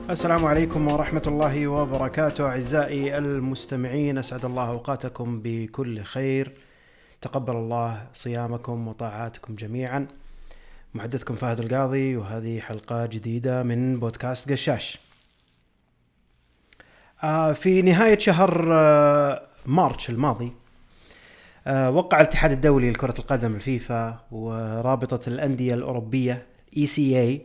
السلام عليكم ورحمة الله وبركاته أعزائي المستمعين، أسعد الله أوقاتكم بكل خير. تقبل الله صيامكم وطاعاتكم جميعا. محدثكم فهد القاضي، وهذه حلقة جديدة من بودكاست قشاش. في نهاية شهر مارس الماضي وقع الاتحاد الدولي لكرة القدم الفيفا ورابطة الأندية الأوروبية ECA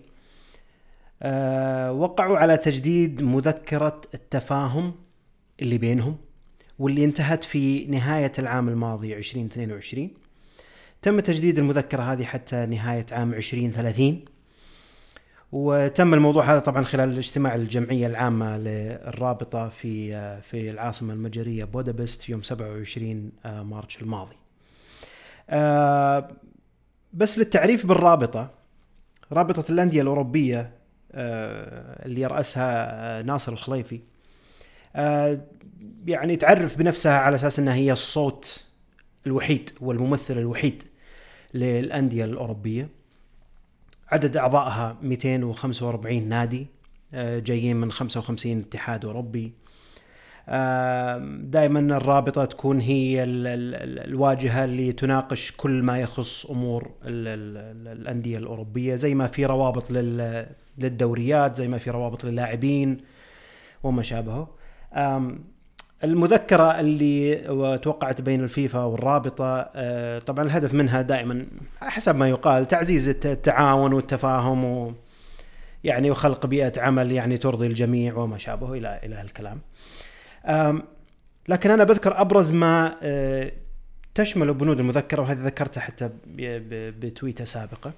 وقعوا على تجديد مذكرة التفاهم اللي بينهم، واللي انتهت في نهاية العام الماضي 2022. تم تجديد المذكرة هذه حتى نهاية عام 2030، وتم الموضوع هذا طبعا خلال الاجتماع الجمعية العامة للرابطة في العاصمة المجرية بودابست في يوم 27 مارس الماضي. بس للتعريف بالرابطة، رابطة الأندية الأوروبية اللي يرأسها ناصر الخليفي يعني تعرف بنفسها على أساس أنها هي الصوت الوحيد والممثل الوحيد للأندية الأوروبية. عدد أعضائها 245 نادي جايين من 55 اتحاد أوروبي. دائما الرابطة تكون هي الواجهة اللي تناقش كل ما يخص أمور الأندية الأوروبية، زي ما في روابط للدوريات، زي ما في روابط للاعبين وما شابهه. المذكرة اللي توقعت بين الفيفا والرابطة طبعا الهدف منها دائما على حسب ما يقال تعزيز التعاون والتفاهم يعني وخلق بيئة عمل يعني ترضي الجميع وما شابهه إلى الكلام. لكن أنا بذكر أبرز ما تشمل بنود المذكرة، وهذا ذكرته حتى بتويتة سابقة.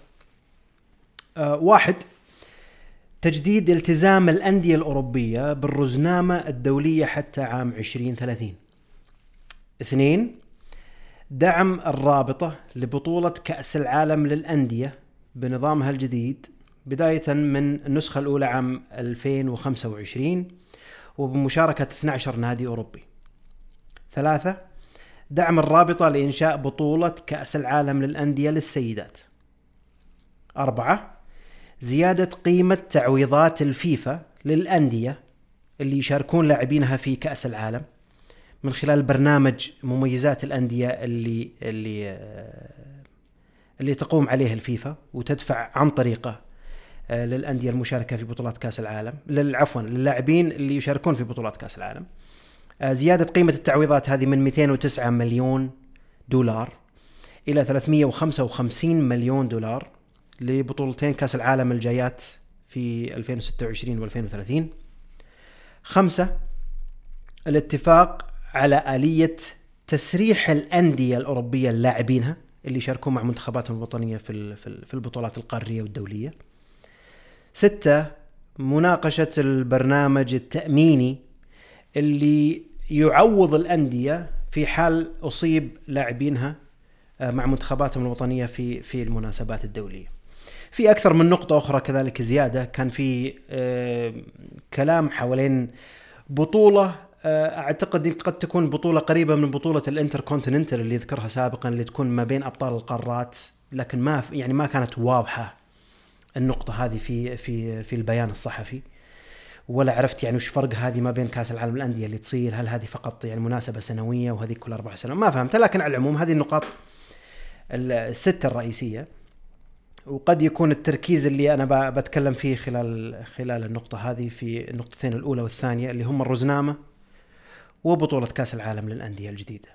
1. تجديد التزام الأندية الأوروبية بالرزنامة الدولية حتى عام 2030. 2. دعم الرابطة لبطولة كأس العالم للأندية بنظامها الجديد بداية من النسخة الأولى عام 2025 وبمشاركة 12 نادي أوروبي. 3. دعم الرابطة لإنشاء بطولة كأس العالم للأندية للسيدات. 4. زيادة قيمة تعويضات الفيفا للأندية اللي يشاركون لاعبينها في كأس العالم من خلال برنامج مميزات الأندية اللي تقوم عليه الفيفا وتدفع عن طريقه للأندية المشاركة في بطولات كأس العالم، للاعبين اللي يشاركون في بطولات كأس العالم. زيادة قيمة التعويضات هذه من 209 مليون دولار إلى 355 مليون دولار لبطولتين كأس العالم الجايات في 2026 و2030. 5. الاتفاق على آلية تسريح الأندية الأوروبية اللاعبينها اللي يشاركون مع منتخباتهم الوطنية في البطولات القارية والدولية. 6. مناقشة البرنامج التأميني اللي يعوض الأندية في حال أصيب لاعبينها مع منتخباتهم الوطنية في المناسبات الدولية. في أكثر من نقطة أخرى كذلك زيادة. كان في كلام حوالين بطولة أعتقد قد تكون بطولة قريبة من بطولة الانتركونتيننتال اللي ذكرها سابقا، اللي تكون ما بين أبطال القارات، لكن ما كانت واضحة النقطة هذه في البيان الصحفي، ولا عرفت يعني وش فرق هذه ما بين كأس العالم للأندية اللي تصير، هل هذه فقط يعني مناسبة سنوية وهذه كل 4 سنوات، ما فهمت. لكن على العموم هذه النقاط الستة الرئيسية، وقد يكون التركيز اللي أنا بتكلم فيه خلال النقطة هذه في النقطتين الأولى والثانية اللي هم الرزنامة وبطولة كأس العالم للأندية الجديدة.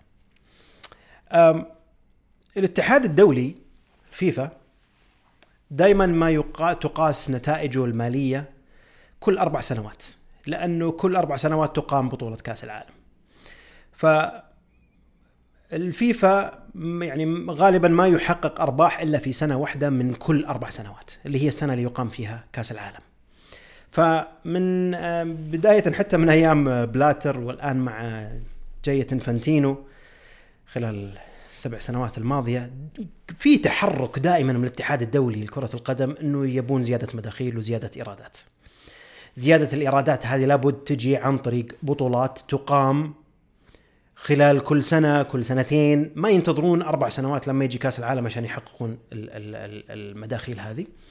الاتحاد الدولي فيفا دايما ما تقاس نتائجه المالية كل 4 سنوات، لأنه كل 4 سنوات تقام بطولة كأس العالم. فالفيفا يعني غالبا ما يحقق أرباح إلا في سنة واحدة من كل 4 سنوات، اللي هي السنة اللي يقام فيها كأس العالم. فمن بداية حتى من أيام بلاتر والآن مع جاية إنفانتينو خلال 7 سنوات الماضية في تحرك دائما من الاتحاد الدولي لكرة القدم أنه يبون زيادة مداخيل وزيادة إيرادات. زيادة الإيرادات هذه لابد تجي عن طريق بطولات تقام خلال كل سنة كل سنتين، ما ينتظرون 4 سنوات لما يجي كأس العالم عشان يحققون المداخيل هذه.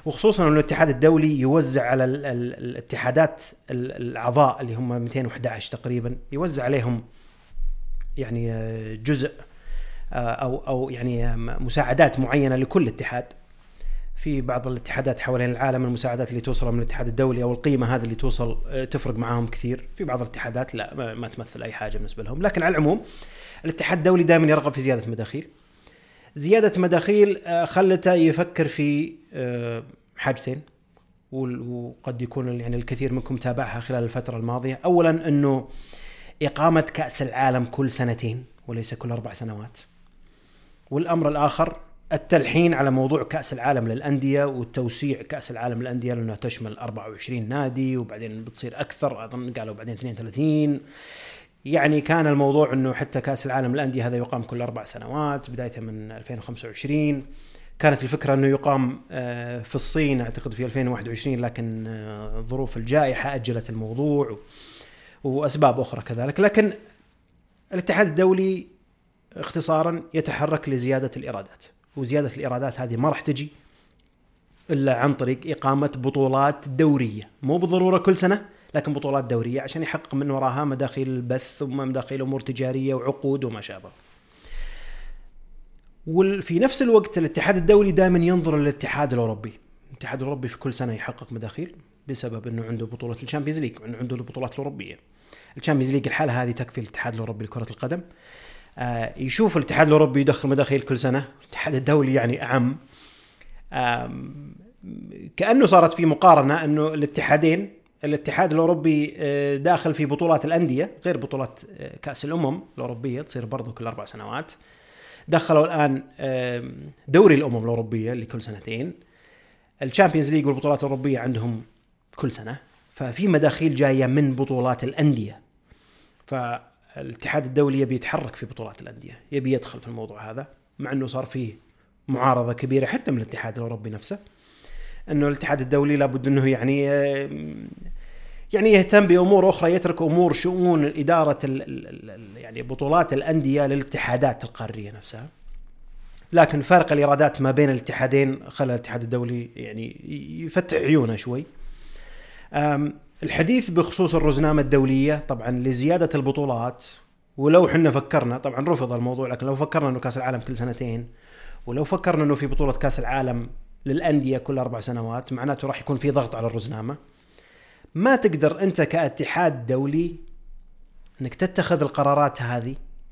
وخصوصا أن الاتحاد الدولي يوزع على الاتحادات الأعضاء اللي هم 211 تقريبا، يوزع عليهم يعني جزء أو يعني مساعدات معينة لكل اتحاد. في بعض الاتحادات حوالين العالم المساعدات اللي توصل من الاتحاد الدولي أو القيمة هذه اللي توصل تفرق معهم كثير. في بعض الاتحادات لا، ما تمثل أي حاجة بالنسبة لهم. لكن على العموم الاتحاد الدولي دائما يرغب في زيادة مداخيل. زيادة مداخيل خلته يفكر في حاجتين، وقد يكون يعني الكثير منكم تابعها خلال الفترة الماضية. أولا أنه إقامة كأس العالم كل سنتين وليس كل 4 سنوات. والأمر الآخر التلحين على موضوع كأس العالم للأندية وتوسيع كأس العالم للأندية لأنها تشمل 24 نادي، وبعدين بتصير أكثر، أظن قالوا بعدين 32. يعني كان الموضوع أنه حتى كأس العالم للأندية هذا يقام كل 4 سنوات بداية من 2025. كانت الفكرة أنه يقام في الصين أعتقد في 2021، لكن ظروف الجائحة أجلت الموضوع وأسباب أخرى كذلك. لكن الاتحاد الدولي اختصارا يتحرك لزيادة الإيرادات، وزيادة الإيرادات هذه ما راح تجي إلا عن طريق إقامة بطولات دورية، مو بالضرورة كل سنة، لكن بطولات دورية عشان يحقق من وراها مداخيل البث ثم مداخيل أمور تجارية وعقود وما شابه. وفي نفس الوقت الاتحاد الدولي دائما ينظر للاتحاد الأوروبي. الاتحاد الأوروبي في كل سنة يحقق مداخيل بسبب أنه عنده بطولة الشامبيونز ليج وأنه عنده البطولات الأوروبية. الشامبيونز ليج الحالة هذه تكفي الاتحاد الأوروبي لكرة القدم. يشوف الاتحاد الأوروبي يدخل مداخيل كل سنة، الاتحاد الدولي يعني أعم. كأنه صارت في مقارنة أنه الاتحاد الأوروبي داخل في بطولات الأندية غير بطولات كأس الأمم الأوروبية تصير برضو كل 4 سنوات. دخلوا الآن دوري الأمم الأوروبية اللي كل سنتين. الشامبيونز ليج والبطولات الأوروبية عندهم كل سنة. ففي مداخيل جاية من بطولات الأندية. فالاتحاد الدولي يبي يتحرك في بطولات الأندية، يبي يدخل في الموضوع هذا، مع أنه صار فيه معارضة كبيرة حتى من الاتحاد الأوروبي نفسه، أنه الاتحاد الدولي لابد أنه يعني يهتم بأمور أخرى، يترك أمور شؤون إدارة يعني بطولات الأندية للاتحادات القارية نفسها. لكن فرق الإيرادات ما بين الاتحادين خلى الاتحاد الدولي يعني يفتح عيونه شوي. الحديث بخصوص الرزنامة الدولية طبعا لزيادة البطولات، ولو حنا فكرنا طبعا رفض الموضوع، لكن لو فكرنا أنه كأس العالم كل سنتين، ولو فكرنا أنه في بطولة كأس العالم للأندية كل 4 سنوات، معناته راح يكون في ضغط على الرزنامة. ما تقدر أنت كاتحاد دولي أنك تتخذ القرارات هذه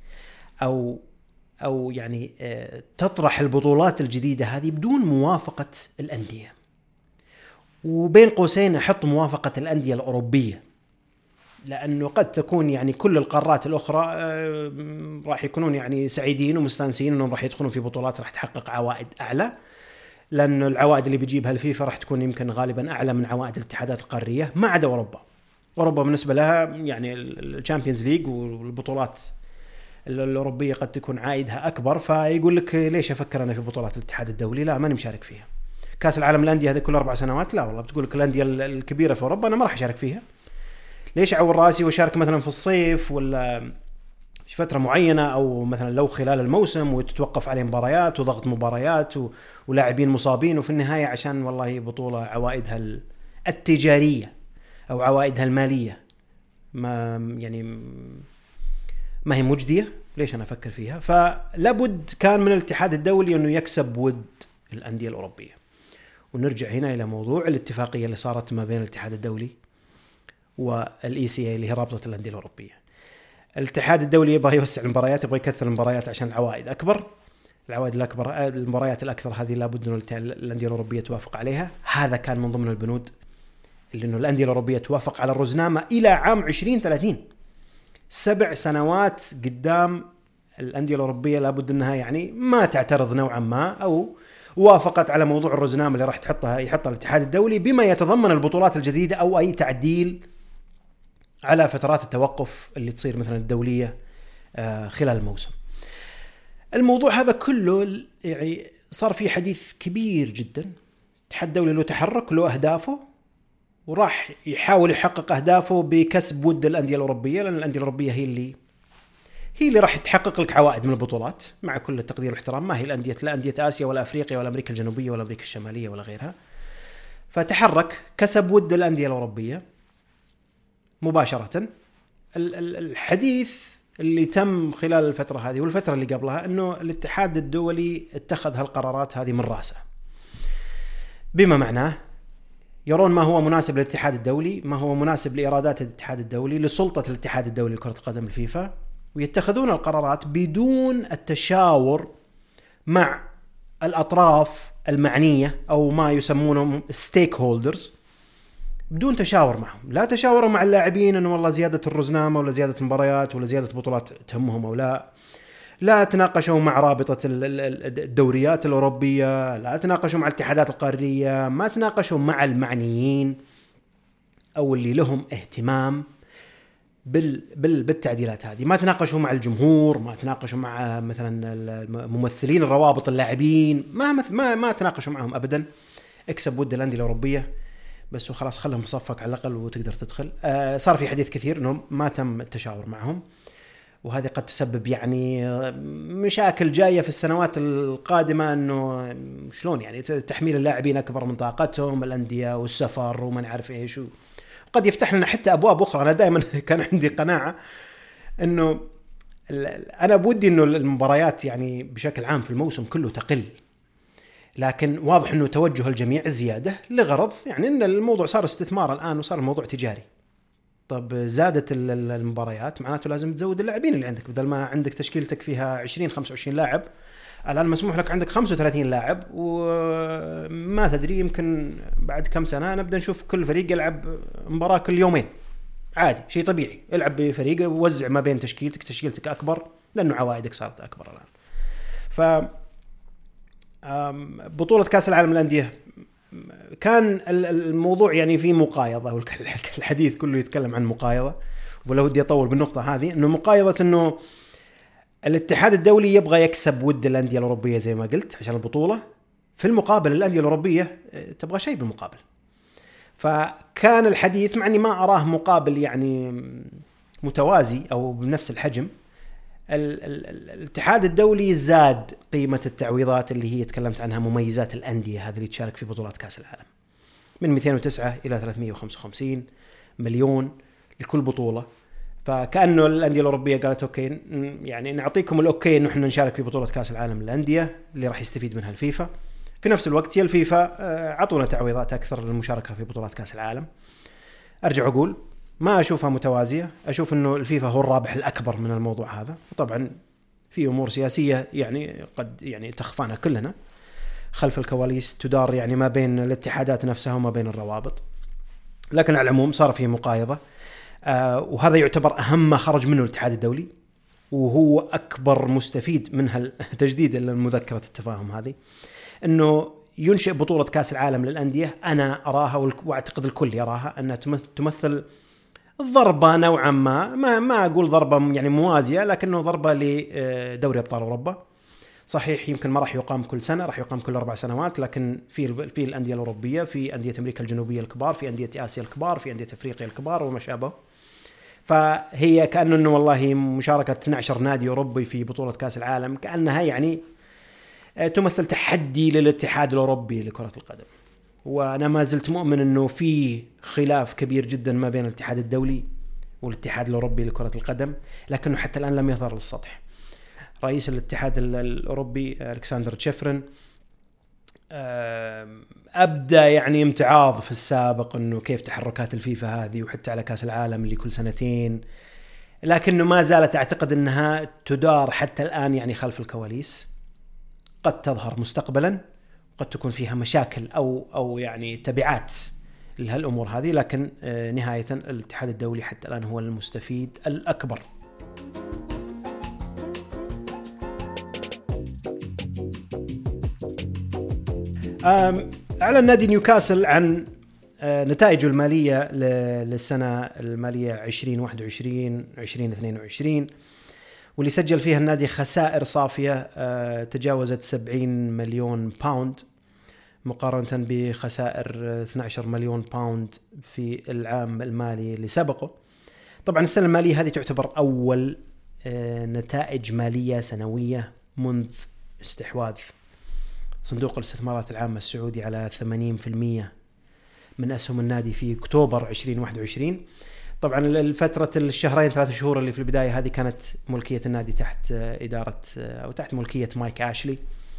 أو يعني تطرح البطولات الجديدة هذه بدون موافقة الأندية. وبين قوسين أحط موافقة الأندية الأوروبية، لأنه قد تكون يعني كل القارات الأخرى راح يكونون يعني سعيدين ومستانسين أنهم راح يدخلون في بطولات راح تحقق عوائد أعلى، لأن العوائد اللي بيجيبها الفيفا راح تكون يمكن غالبا أعلى من عوائد الاتحادات القارية، ما عدا أوروبا بالنسبة لها يعني الشامبيونز ليج والبطولات الأوروبية قد تكون عائدها أكبر. فيقول لك ليش أفكر أنا في بطولات الاتحاد الدولي؟ لا، ماني مشارك فيها. كأس العالم للأندية هذه كل 4 سنوات، لا والله بتقول لك الأندية الكبيرة في أوروبا أنا ما راح أشارك فيها. ليش أعور راسي وأشارك مثلا في الصيف ولا في فترة معينة، أو مثلا لو خلال الموسم وتتوقف عليه مباريات وضغط مباريات ولاعبين مصابين، وفي النهاية عشان والله بطولة عوائدها التجارية أو عوائدها المالية ما هي مجدية، ليش أنا أفكر فيها؟ فلابد كان من الاتحاد الدولي أنه يكسب ود الأندية الأوروبية. ونرجع هنا إلى موضوع الاتفاقية اللي صارت ما بين الاتحاد الدولي والECA اللي هي رابطة الأندية الأوروبية. الاتحاد الدولي يبغى يوسع المباريات، يبغى يكثر المباريات عشان العوائد أكبر. العوائد الأكبر، المباريات الأكثر هذه لابد أن الأندية الأوروبية توافق عليها. هذا كان من ضمن البنود اللي أنه الأندية الأوروبية توافق على الرزنامة إلى عام 2030، 7 سنوات قدام. الأندية الأوروبية لابد أنها يعني ما تعترض نوعا ما، أو وافقت على موضوع الرزنامة اللي راح يحطها الاتحاد الدولي بما يتضمن البطولات الجديدة أو أي تعديل على فترات التوقف اللي تصير مثلا الدولية خلال الموسم. الموضوع هذا كله يعني صار فيه حديث كبير جدا. الاتحاد الدولي له تحرك، له أهدافه، وراح يحاول يحقق أهدافه بكسب ود الأندية الأوروبية، لأن الأندية الأوروبية هي اللي راح تحقق لك عوائد من البطولات مع كل التقدير والاحترام. ما هي الأندية، لا أندية آسيا ولا أفريقيا ولا أمريكا الجنوبية ولا أمريكا الشمالية ولا غيرها. فتحرك كسب ود الأندية الأوروبية مباشرة. الحديث اللي تم خلال الفترة هذه والفترة اللي قبلها أنه الاتحاد الدولي اتخذ هالقرارات هذه من رأسه، بما معناه يرون ما هو مناسب للاتحاد الدولي، ما هو مناسب لإرادات الاتحاد الدولي، لسلطة الاتحاد الدولي لكرة القدم الفيفا، ويتخذون القرارات بدون التشاور مع الأطراف المعنية أو ما يسمونهم ستيك هولدرز، بدون تشاور معهم. لا تشاوروا مع اللاعبين أنه والله زيادة الرزنامة ولا زيادة المباريات ولا زيادة بطولات تهمهم أو لا. لا تناقشوا مع رابطة الدوريات الأوروبية، لا تناقشوا مع الاتحادات القارية، ما تناقشوا مع المعنيين أو اللي لهم اهتمام بالتعديلات هذه. ما تناقشوا مع الجمهور، ما تناقشوا مع مثلا ممثلين الروابط اللاعبين، ما تناقشوا معهم أبدا. اكسب ود الأندية الأوروبية بس وخلاص، خلهم مصفق على الأقل وتقدر تدخل. صار في حديث كثير أنهم ما تم التشاور معهم، وهذه قد تسبب يعني مشاكل جاية في السنوات القادمة، أنه شلون يعني تحميل اللاعبين أكبر من طاقتهم، الأندية والسفر وما نعرف إيش، وقد يفتح لنا حتى أبواب أخرى. أنا دائما كان عندي قناعة أنه أنا بودي أنه المباريات يعني بشكل عام في الموسم كله تقل، لكن واضح أنه توجه الجميع الزيادة لغرض يعني أن الموضوع صار استثمار الآن وصار الموضوع تجاري. طب زادت المباريات معناته لازم تزود اللاعبين اللي عندك، بدل ما عندك تشكيلتك فيها 20-25 لاعب الآن مسموح لك عندك 35 لاعب، وما تدري يمكن بعد كم سنة نبدأ نشوف كل فريق يلعب مباراة كل يومين عادي، شيء طبيعي. العب بفريق ووزع ما بين تشكيلتك أكبر لأنه عوائدك صارت أكبر الآن. ف بطولة كأس العالم للأندية كان الموضوع يعني في مقايضة، والحديث كله يتكلم عن مقايضة، ولو ودي أطول بالنقطة هذه إنه مقايضة إنه الاتحاد الدولي يبغى يكسب ود الأندية الأوروبية زي ما قلت عشان البطولة، في المقابل الأندية الأوروبية تبغى شيء بالمقابل. فكان الحديث مع إني ما أراه مقابل يعني متوازي أو بنفس الحجم، الاتحاد الدولي زاد قيمة التعويضات اللي هي تكلمت عنها، مميزات الأندية هذه اللي تشارك في بطولات كأس العالم، من 209 إلى 355 مليون لكل بطولة. فكأنه الأندية الأوروبية قالت أوكي يعني نعطيكم الأوكي إنه إحنا نشارك في بطولة كأس العالم للأندية اللي راح يستفيد منها الفيفا. في نفس الوقت هي الفيفا عطونا تعويضات أكثر للمشاركة في بطولات كأس العالم. أرجع أقول ما أشوفها متوازية، أشوف إنه الفيفا هو الرابح الأكبر من الموضوع هذا. وطبعا في أمور سياسية يعني قد يعني تخفانا كلنا خلف الكواليس تدار يعني ما بين الاتحادات نفسها وما بين الروابط، لكن على العموم صار فيه مقايضة. وهذا يعتبر أهم ما خرج منه الاتحاد الدولي، وهو أكبر مستفيد من تجديد المذكرة التفاهم هذه، إنه ينشئ بطولة كأس العالم للأندية. أنا أراها وأعتقد الكل يراها أنها تمثل ضربة نوعا ما أقول ضربة يعني موازية، لكنه ضربة لدوري أبطال أوروبا. صحيح يمكن ما راح يقام كل سنة، راح يقام كل 4 سنوات، لكن في الأندية الأوروبية، في أندية أمريكا الجنوبية الكبار، في أندية آسيا الكبار، في أندية أفريقيا الكبار وما شابه. فهي كأنه والله مشاركة 12 نادي أوروبي في بطولة كأس العالم كأنها يعني تمثل تحدي للاتحاد الأوروبي لكرة القدم. وأنا ما زلت مؤمن أنه في خلاف كبير جدا ما بين الاتحاد الدولي والاتحاد الأوروبي لكرة القدم، لكنه حتى الآن لم يظهر للسطح. رئيس الاتحاد الأوروبي ألكسندر تشيفرين أبدأ يعني امتعاض في السابق أنه كيف تحركات الفيفا هذه وحتى على كأس العالم اللي كل سنتين، لكنه ما زالت أعتقد أنها تدار حتى الآن يعني خلف الكواليس. قد تظهر مستقبلا، قد تكون فيها مشاكل أو يعني تبعات لهالأمور هذه، لكن نهاية الاتحاد الدولي حتى الآن هو المستفيد الأكبر. أعلن نادي نيوكاسل عن نتائجه المالية للسنة المالية 2021-2022، واللي سجل فيها النادي خسائر صافية تجاوزت 70 مليون باوند مقارنة بخسائر 12 مليون باوند في العام المالي اللي سبقه. طبعا السنة المالية هذه تعتبر أول نتائج مالية سنوية منذ استحواذ صندوق الاستثمارات العامة السعودي على 80% من أسهم النادي في أكتوبر 2021. طبعا الفترة الشهرين 3 شهور اللي في البداية هذه كانت ملكية النادي تحت إدارة أو تحت ملكية مايك آشلي.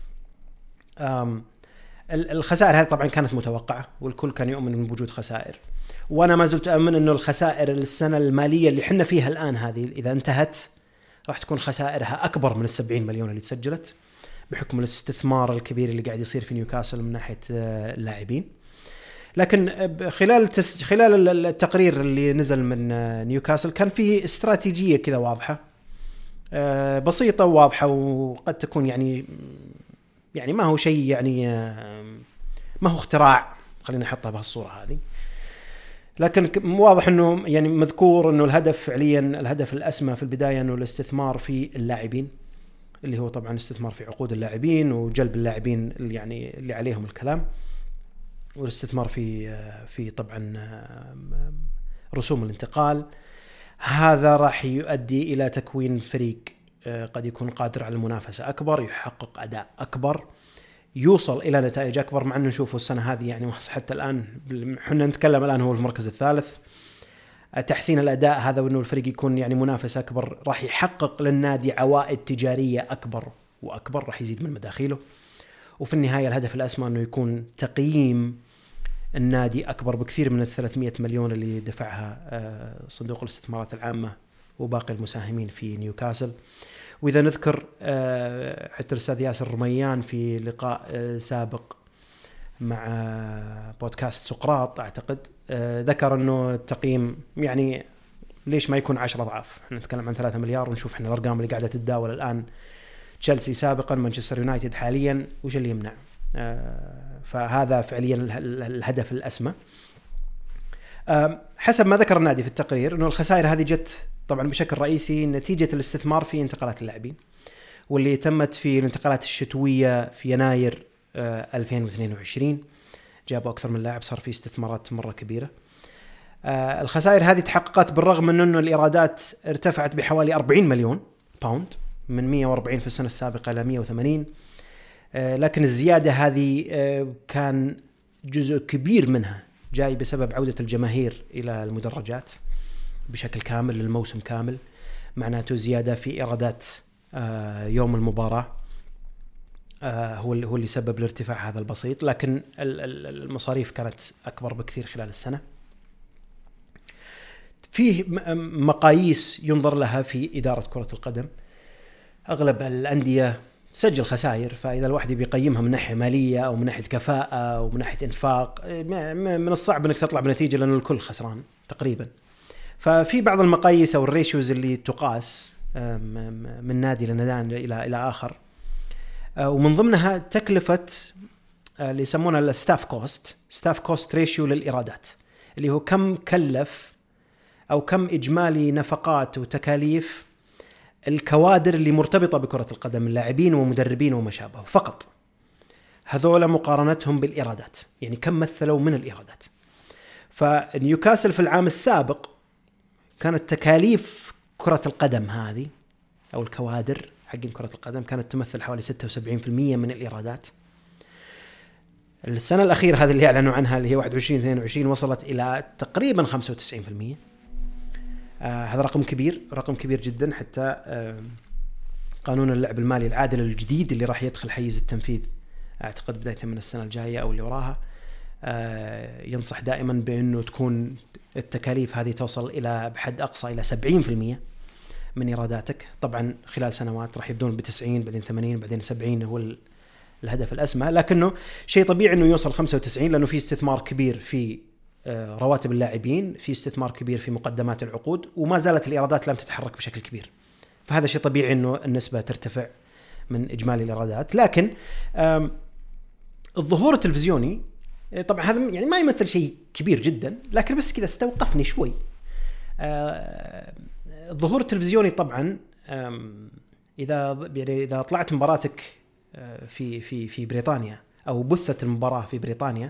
الخسائر هذه طبعا كانت متوقعة، والكل كان يؤمن من وجود خسائر، وأنا ما زلت أؤمن أنه الخسائر السنة المالية اللي حنا فيها الآن هذه إذا انتهت راح تكون خسائرها أكبر من 70 مليون اللي تسجلت بحكم الاستثمار الكبير اللي قاعد يصير في نيوكاسل من ناحية اللاعبين. لكن خلال التقرير اللي نزل من نيوكاسل كان في استراتيجية كذا واضحة، بسيطة وواضحة، وقد تكون يعني ما هو شيء يعني ما هو اختراع، خلينا نحطها بهالصورة هذه، لكن واضح انه يعني مذكور انه الهدف فعليا الهدف الاسمى في البداية انه الاستثمار في اللاعبين، اللي هو طبعا استثمار في عقود اللاعبين وجلب اللاعبين اللي عليهم الكلام، والاستثمار في طبعا رسوم الانتقال. هذا راح يؤدي إلى تكوين فريق قد يكون قادر على المنافسة أكبر، يحقق أداء أكبر، يوصل إلى نتائج أكبر. مع أنه نشوفه السنة هذه يعني حتى الآن حنا نتكلم الآن هو المركز الثالث. تحسين الأداء هذا وأنه الفريق يكون يعني منافس أكبر راح يحقق للنادي عوائد تجارية أكبر وأكبر، راح يزيد من مداخيله. وفي النهاية الهدف الأسمى أنه يكون تقييم النادي أكبر بكثير من 300 مليون اللي دفعها صندوق الاستثمارات العامة وباقي المساهمين في نيوكاسل. وإذا نذكر حتى الأستاذ ياسر رميان في لقاء سابق مع بودكاست سقراط أعتقد ذكر أنه التقييم يعني ليش ما يكون 10 أضعاف. احنا نتكلم عن 3 مليار ونشوف احنا الأرقام اللي قاعدة تتداول الآن، تشيلسي سابقا، مانشستر يونايتد حاليا، وش اللي يمنع؟ فهذا فعليا الهدف الأسمى. حسب ما ذكر النادي في التقرير أنه الخسائر هذه جت طبعا بشكل رئيسي نتيجة الاستثمار في انتقالات اللاعبين، واللي تمت في الانتقالات الشتوية في يناير 2022. جابوا أكثر من لاعب، صار في استثمارات مرة كبيرة. الخسائر هذه تحققت بالرغم من أنه الإيرادات ارتفعت بحوالي 40 مليون باوند من 140 في السنة السابقة إلى 180. لكن الزيادة هذه كان جزء كبير منها جاي بسبب عودة الجماهير إلى المدرجات بشكل كامل للموسم كامل، معناته زيادة في إيرادات يوم المباراة هو اللي سبب الارتفاع هذا البسيط. لكن المصاريف كانت أكبر بكثير خلال السنة. فيه مقاييس ينظر لها في إدارة كرة القدم. أغلب الأندية تسجل خسائر، فإذا الواحد بيقيمها من ناحية مالية أو من ناحية كفاءة أو من ناحية إنفاق من الصعب أنك تطلع بنتيجة لأن الكل خسران تقريبا. ففي بعض المقاييس أو الريشيوز اللي تقاس من نادي لنادي إلى آخر، ومن ضمنها تكلفة اللي يسمونها الستاف كوست ريشيو للإيرادات، اللي هو كم كلف أو كم إجمالي نفقات وتكاليف الكوادر اللي مرتبطة بكرة القدم، اللاعبين ومدربين وما شابه فقط، هذول مقارنتهم بالإيرادات، يعني كم مثلوا من الإيرادات. فنيوكاسل في العام السابق كانت تكاليف كرة القدم هذه أو الكوادر حقين كرة القدم كانت تمثل حوالي 76% من الإيرادات. السنة الأخيرة هذه اللي أعلنوا عنها اللي هي 21-22 وصلت إلى تقريبا 95%. هذا رقم كبير جدا. حتى قانون اللعب المالي العادل الجديد اللي راح يدخل حيز التنفيذ أعتقد بداية من السنة الجاية أو اللي وراها ينصح دائما بأنه تكون التكاليف هذه توصل إلى بحد أقصى إلى 70% من إيراداتك. طبعا خلال سنوات راح يبدون ب90 بعدين 80 بعدين 70 هو الهدف الأسمى، لكنه شيء طبيعي أنه يوصل 95 لأنه في استثمار كبير في رواتب اللاعبين، في استثمار كبير في مقدمات العقود، وما زالت الإيرادات لم تتحرك بشكل كبير، فهذا شيء طبيعي أنه النسبة ترتفع من إجمالي الإيرادات. لكن الظهور التلفزيوني طبعا هذا يعني ما يمثل شيء كبير جدا، لكن بس كذا استوقفني شوي. الظهور التلفزيوني طبعا إذا طلعت مباراتك في بريطانيا أو بثت المباراة في بريطانيا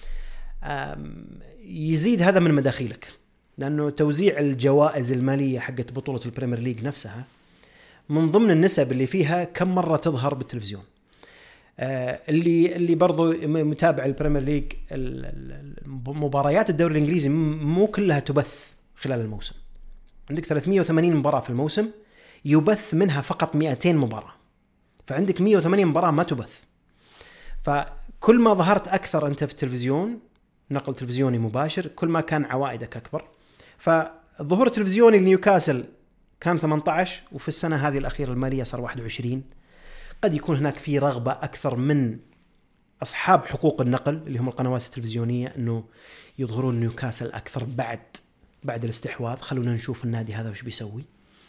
يزيد هذا من مداخيلك، لأنه توزيع الجوائز المالية حقت بطولة البريمير ليج نفسها من ضمن النسب اللي فيها كم مرة تظهر بالتلفزيون. اللي برضو متابع البريمير ليج، مباريات الدوري الإنجليزي مو كلها تبث خلال الموسم. عندك 380 مباراة في الموسم، يبث منها فقط 200 مباراة، فعندك 180 مباراة ما تبث. فكل ما ظهرت أكثر أنت في التلفزيون، نقل تلفزيوني مباشر، كل ما كان عوائدك أكبر. فالظهور التلفزيوني لنيوكاسل كان 18، وفي السنة هذه الأخيرة المالية صار 21. قد يكون هناك في رغبة أكثر من أصحاب حقوق النقل اللي هم القنوات التلفزيونية أنه يظهرون نيوكاسل أكثر بعد الاستحواذ. خلونا نشوف النادي هذا وش بيسوي.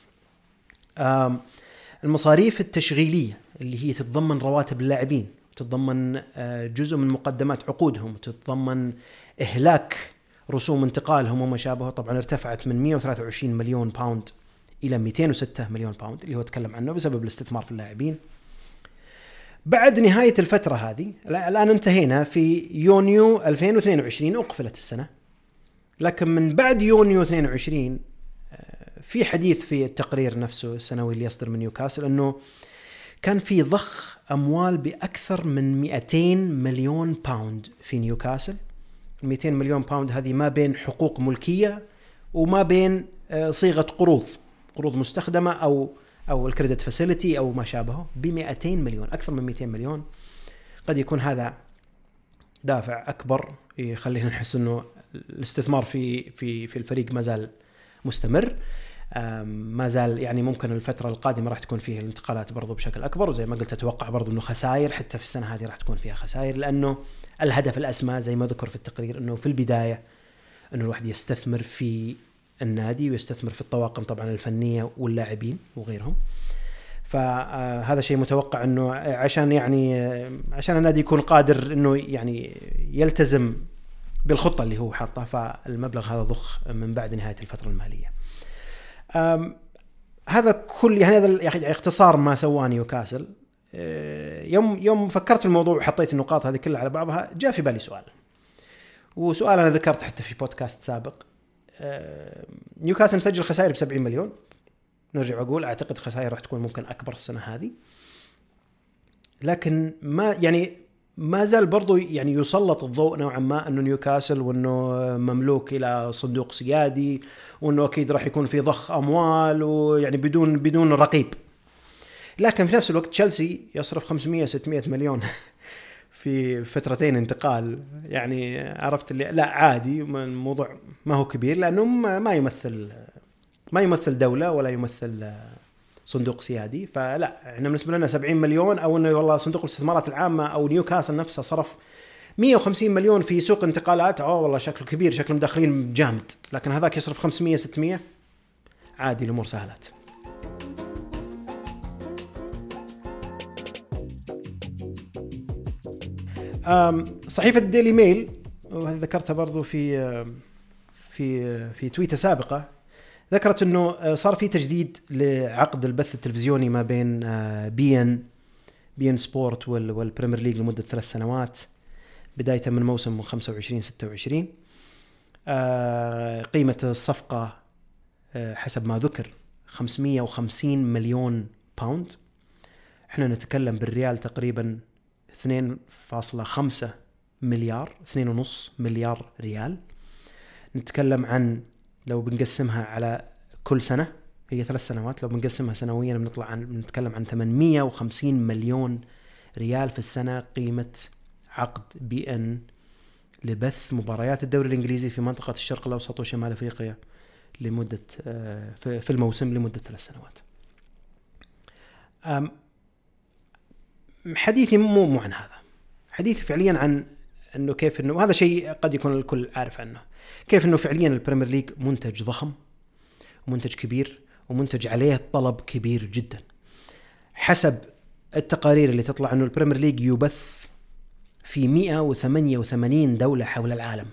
المصاريف التشغيلية اللي هي تتضمن رواتب اللاعبين، تتضمن جزء من مقدمات عقودهم، تتضمن إهلاك رسوم انتقالهم وما شابه، طبعا ارتفعت من 123 مليون باوند إلى 206 مليون باوند اللي هو تكلم عنه بسبب الاستثمار في اللاعبين. بعد نهاية الفترة هذه، الآن انتهينا في يونيو 2022، أقفلت السنة، لكن من بعد يونيو 22 في حديث في التقرير نفسه السنوي اللي يصدر من نيوكاسل أنه كان في ضخ أموال بأكثر من 200 مليون باوند في نيوكاسل. 200 مليون باوند هذه ما بين حقوق ملكية وما بين صيغة قروض مستخدمة أو الكريدت فاسيلتي أو ما شابهه، ب200 مليون، أكثر من 200 مليون. قد يكون هذا دافع أكبر يخلينا نحس أنه الاستثمار في الفريق ما زال مستمر، ما زال يعني ممكن الفترة القادمة راح تكون فيها الانتقالات برضو بشكل أكبر. وزي ما قلت أتوقع برضو أنه خسائر حتى في السنة هذه راح تكون فيها خسائر، لأنه الهدف الأسمى زي ما ذكر في التقرير أنه في البداية أنه الواحد يستثمر في النادي ويستثمر في الطواقم طبعا الفنية واللاعبين وغيرهم. فهذا شيء متوقع أنه عشان النادي يكون قادر أنه يعني يلتزم بالخطة اللي هو حاطها، فالمبلغ هذا ضخ من بعد نهاية الفترة المالية. هذا كل هذا اختصار ما سواه نيوكاسل. يوم فكرت في الموضوع وحطيت النقاط هذه كلها على بعضها، جاء في بالي سؤال أنا ذكرت حتى في بودكاست سابق. نيوكاسل مسجل خسائر ب70 مليون. نرجع أقول أعتقد خسائر راح تكون ممكن أكبر السنة هذه، لكن ما زال برضو يعني يسلط الضوء نوعا ما أنه نيوكاسل وأنه مملوك إلى صندوق سيادي، وأنه أكيد راح يكون في ضخ أموال ويعني بدون رقيب. لكن في نفس الوقت تشيلسي يصرف 500-600 مليون في فترتين انتقال، يعني عرفت اللي لا عادي، الموضوع ما هو كبير لأنه ما يمثل دولة ولا يمثل صندوق سيادي. فلا احنا بالنسبة لنا 70 مليون أو أنه والله صندوق الاستثمارات العامة أو نيوكاسل نفسه صرف 150 مليون في سوق انتقالات، والله شكله كبير، شكله مدخلين جامد. لكن هذاك يصرف 500-600 عادي، الأمور سهلت. صحيفة الديلي ميل، وهذا ذكرتها برضو في تويتة سابقة، ذكرت أنه صار في تجديد لعقد البث التلفزيوني ما بين بي ان سبورت والبريمير ليج لمدة 3 سنوات بداية من موسم 25-26. قيمة الصفقة حسب ما ذكر 550 مليون باوند. احنا نتكلم بالريال تقريبا 2.5 مليار، 2.5 مليار ريال. نتكلم عن لو بنقسمها على كل سنة، هي 3 سنوات، لو بنقسمها سنويا بنتكلم عن 850 مليون ريال في السنة قيمة عقد بي ان لبث مباريات الدوري الإنجليزي في منطقة الشرق الأوسط وشمال أفريقيا لمدة في الموسم لمدة 3 سنوات. حديثي مو عن هذا، حديثي فعليا عن أنه كيف أنه هذا شيء قد يكون الكل عارف عنه، كيف أنه فعليا البريمير ليج منتج ضخم ومنتج كبير ومنتج عليه طلب كبير جدا. حسب التقارير اللي تطلع أنه البريمير ليج يبث في 188 دولة حول العالم.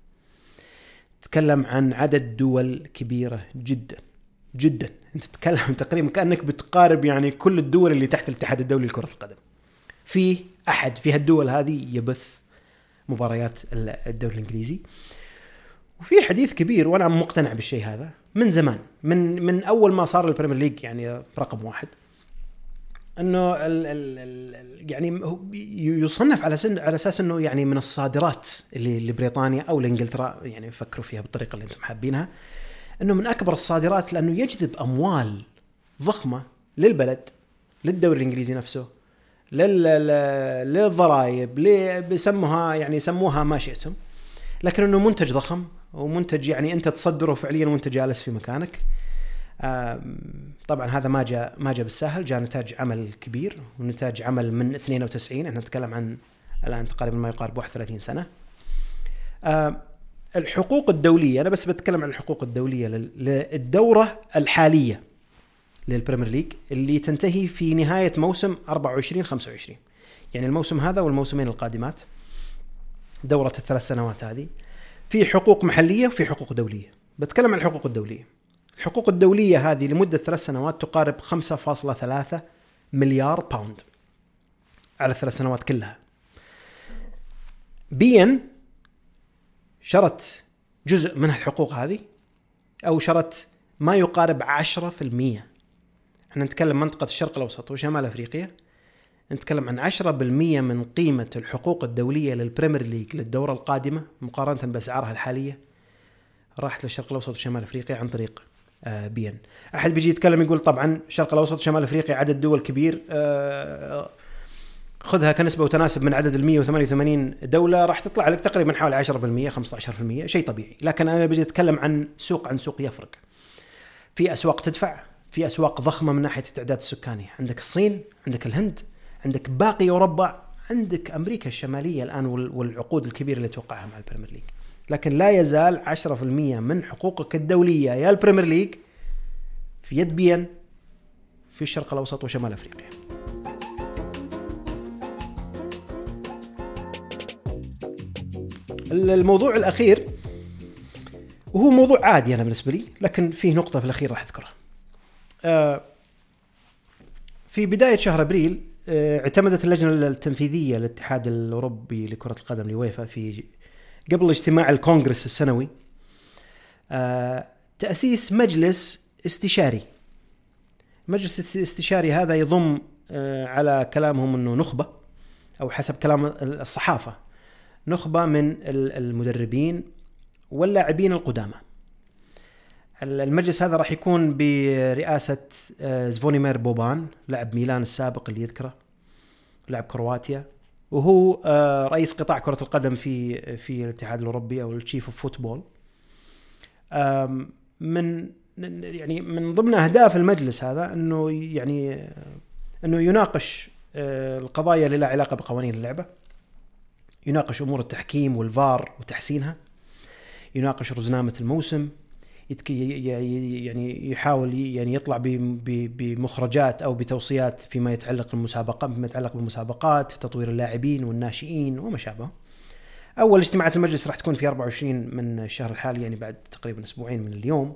تتكلم عن عدد دول كبيرة جدا جدا، انت تتكلم تقريبا كأنك بتقارب يعني كل الدول اللي تحت الاتحاد الدولي لكرة القدم. في أحد في هالدول هذه يبث مباريات الدوري الإنجليزي. وفي حديث كبير وأنا مقتنع بالشيء هذا من زمان، من أول ما صار البريمير ليج يعني رقم 1، انه يعني يصنف على اساس انه يعني من الصادرات اللي لبريطانيا او لانجلترا، يعني فكروا فيها بالطريقه اللي انتم حابينها، انه من اكبر الصادرات، لانه يجذب اموال ضخمه للبلد، للدوري الانجليزي نفسه، للضرائب، بيسموها يعني سموها ما شئتم، لكن انه منتج ضخم ومنتج يعني انت تصدره فعليا وانت جالس في مكانك. طبعا هذا ما جاء بالسهل، جاء نتاج عمل كبير ونتاج عمل من 92، احنا نتكلم عن الان تقريبا ما يقارب 31 سنه. الحقوق الدوليه، انا بس بتكلم عن الحقوق الدوليه للدوره الحاليه للبريمير ليج اللي تنتهي في نهايه موسم 24-25، يعني الموسم هذا والموسمين القادمات، دوره الثلاث سنوات هذه، في حقوق محليه وفي حقوق دوليه. بتكلم عن الحقوق الدوليه. الحقوق الدولية هذه لمدة 3 سنوات تقارب 5.3 مليار باوند على 3 سنوات كلها. بيان شرت جزء من الحقوق هذه، أو شرت ما يقارب 10%. احنا نتكلم منطقة الشرق الأوسط وشمال أفريقيا، نتكلم عن 10% من قيمة الحقوق الدولية للبريمير ليج للدورة القادمة مقارنة بأسعارها الحالية، راحت للشرق الأوسط وشمال أفريقيا عن طريق بيان. أحد بيجي يتكلم يقول طبعا الشرق الأوسط وشمال أفريقيا عدد دول كبير، خذها كنسبة وتناسب من عدد 188 دولة، راح تطلع لك تقريبا حوالي 10% 15%، شيء طبيعي. لكن أنا بيجي أتكلم عن سوق عن سوق يفرق. في أسواق تدفع، في أسواق ضخمة من ناحية التعداد السكاني، عندك الصين، عندك الهند، عندك باقي أوروبا، عندك أمريكا الشمالية الآن والعقود الكبيرة اللي توقعها مع البريمير ليج. لكن لا يزال 10% من حقوقك الدولية يا البريمير ليج في يد بيان في الشرق الأوسط وشمال أفريقيا. الموضوع الأخير وهو موضوع عادي أنا بالنسبة لي، لكن فيه نقطة في الأخير راح أذكرها. في بداية شهر أبريل اعتمدت اللجنة التنفيذية للاتحاد الأوروبي لكرة القدم اليويفا في قبل اجتماع الكونغرس السنوي تأسيس مجلس استشاري. مجلس الاستشاري هذا يضم على كلامهم أنه نخبة، أو حسب كلام الصحافة نخبة من المدربين واللاعبين القدامى. المجلس هذا راح يكون برئاسة زفونيمير بوبان، لاعب ميلان السابق اللي يذكره، لاعب كرواتيا، وهو رئيس قطاع كرة القدم في الاتحاد الأوروبي أو التشيف اوف فوتبول. من ضمن أهداف المجلس هذا أنه يناقش القضايا اللي لها علاقة بقوانين اللعبة، يناقش أمور التحكيم والفار وتحسينها، يناقش رزنامة الموسم، يعني يحاول يطلع بمخرجات أو بتوصيات فيما يتعلق بالمسابقات، تطوير اللاعبين والناشئين وما شابه. أول اجتماعات المجلس راح تكون في 24 من الشهر الحالي، يعني بعد تقريبا أسبوعين من اليوم.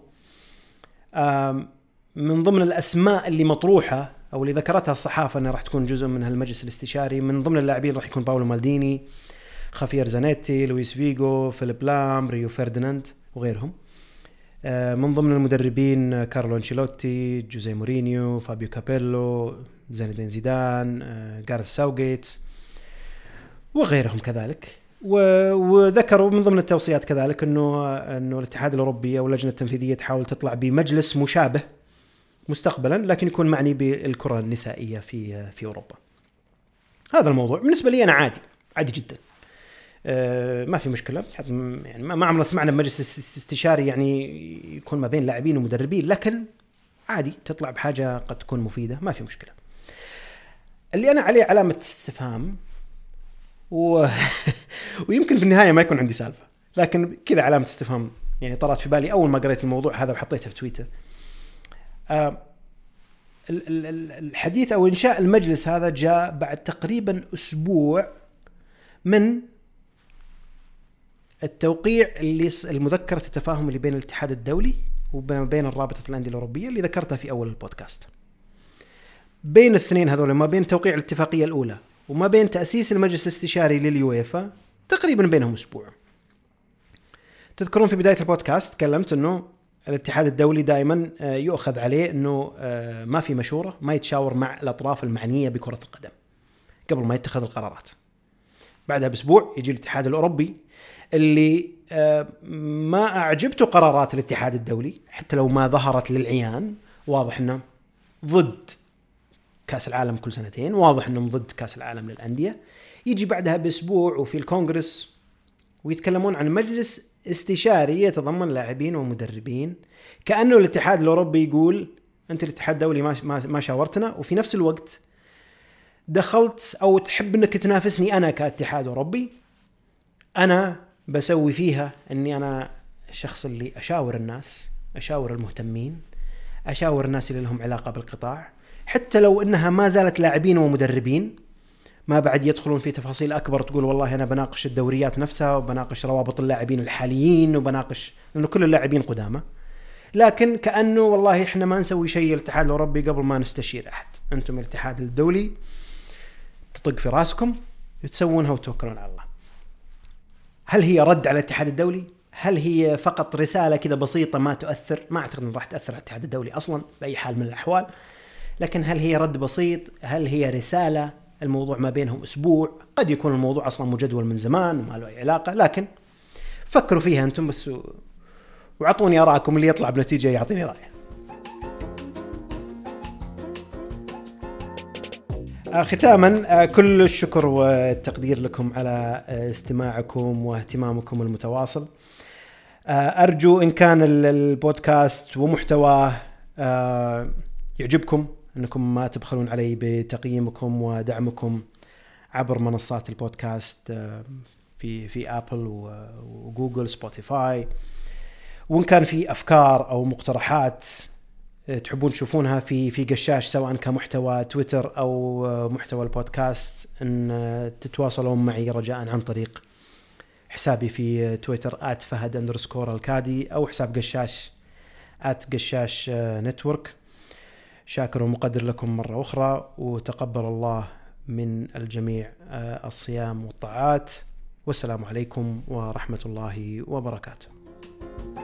من ضمن الأسماء اللي مطروحة أو اللي ذكرتها الصحافة أنها راح تكون جزء من هالمجلس الاستشاري، من ضمن اللاعبين راح يكون باولو مالديني، خافير زانيتي، لويس فيغو، فيليب لام، ريو فرديناند وغيرهم. من ضمن المدربين كارلو أنشيلوتي، جوزيه مورينيو، فابيو كابيلو، زين الدين زيدان، غارث ساوغيت وغيرهم كذلك. وذكروا من ضمن التوصيات كذلك انه الاتحاد الاوروبي او اللجنه التنفيذيه تحاول تطلع بمجلس مشابه مستقبلا، لكن يكون معني بالكره النسائيه في اوروبا. هذا الموضوع بالنسبه لي انا عادي جدا، ما في مشكله. يعني ما عمرنا سمعنا بمجلس استشاري يعني يكون ما بين لاعبين ومدربين، لكن عادي تطلع بحاجه قد تكون مفيده، ما في مشكله. اللي انا عليه علامه استفهام ويمكن في النهايه ما يكون عندي سالفه، لكن كذا علامه استفهام يعني طرت في بالي اول ما قريت الموضوع هذا وحطيته في تويتر. الحديث او انشاء المجلس هذا جاء بعد تقريبا اسبوع من التوقيع اللي المذكرة التفاهم اللي بين الاتحاد الدولي وبين الرابطة الأندية الأوروبية اللي ذكرتها في أول البودكاست. بين الاثنين هذول، ما بين توقيع الاتفاقية الأولى وما بين تأسيس المجلس الاستشاري لليويفا، تقريبا بينهم أسبوع. تذكرون في بداية البودكاست تكلمت أنه الاتحاد الدولي دائما يؤخذ عليه أنه ما في مشورة، ما يتشاور مع الأطراف المعنية بكرة القدم قبل ما يتخذ القرارات. بعدها بأسبوع يجي الاتحاد الأوروبي اللي ما أعجبته قرارات الاتحاد الدولي حتى لو ما ظهرت للعيان، واضح أنه ضد كأس العالم كل سنتين، واضح أنهم ضد كأس العالم للأندية. يجي بعدها بأسبوع وفي الكونغرس ويتكلمون عن مجلس استشاري يتضمن لاعبين ومدربين، كأنه الاتحاد الأوروبي يقول أنت الاتحاد الدولي ما شاورتنا، وفي نفس الوقت دخلت أو تحب أنك تنافسني أنا كاتحاد أوروبي، أنا بسوي فيها أني أنا الشخص اللي أشاور الناس، أشاور المهتمين، أشاور الناس اللي لهم علاقة بالقطاع، حتى لو أنها ما زالت لاعبين ومدربين، ما بعد يدخلون في تفاصيل أكبر تقول والله أنا بناقش الدوريات نفسها وبناقش روابط اللاعبين الحاليين وبناقش، لأنه كل اللاعبين قدامى، لكن كأنه والله إحنا ما نسوي شيء الاتحاد الأوروبي قبل ما نستشير أحد. أنتم الاتحاد الدولي تطق في راسكم تسوونها وتوكلون على الله. هل هي رد على الاتحاد الدولي؟ هل هي فقط رسالة كذا بسيطة ما تؤثر؟ ما أعتقد أن راح تأثر على الاتحاد الدولي أصلا بأي حال من الأحوال، لكن هل هي رد بسيط؟ هل هي رسالة؟ الموضوع ما بينهم أسبوع، قد يكون الموضوع أصلا مجدول من زمان وما له أي علاقة، لكن فكروا فيها أنتم بس وعطوني أراءكم، اللي يطلع بنتيجة يعطيني رأيه. ختاما كل الشكر والتقدير لكم على استماعكم واهتمامكم المتواصل. أرجو إن كان البودكاست ومحتواه يعجبكم أنكم ما تبخلون علي بتقييمكم ودعمكم عبر منصات البودكاست في أبل وجوجل سبوتيفاي. وإن كان في أفكار أو مقترحات تحبون تشوفونها في قشاش سواء كمحتوى تويتر أو محتوى البودكاست، أن تتواصلون معي رجاء عن طريق حسابي في تويتر @fahad_الكادي أو حساب قشاش @قشاش_نتورك. شاكر ومقدر لكم مرة أخرى، وتقبل الله من الجميع الصيام والطاعات، والسلام عليكم ورحمة الله وبركاته.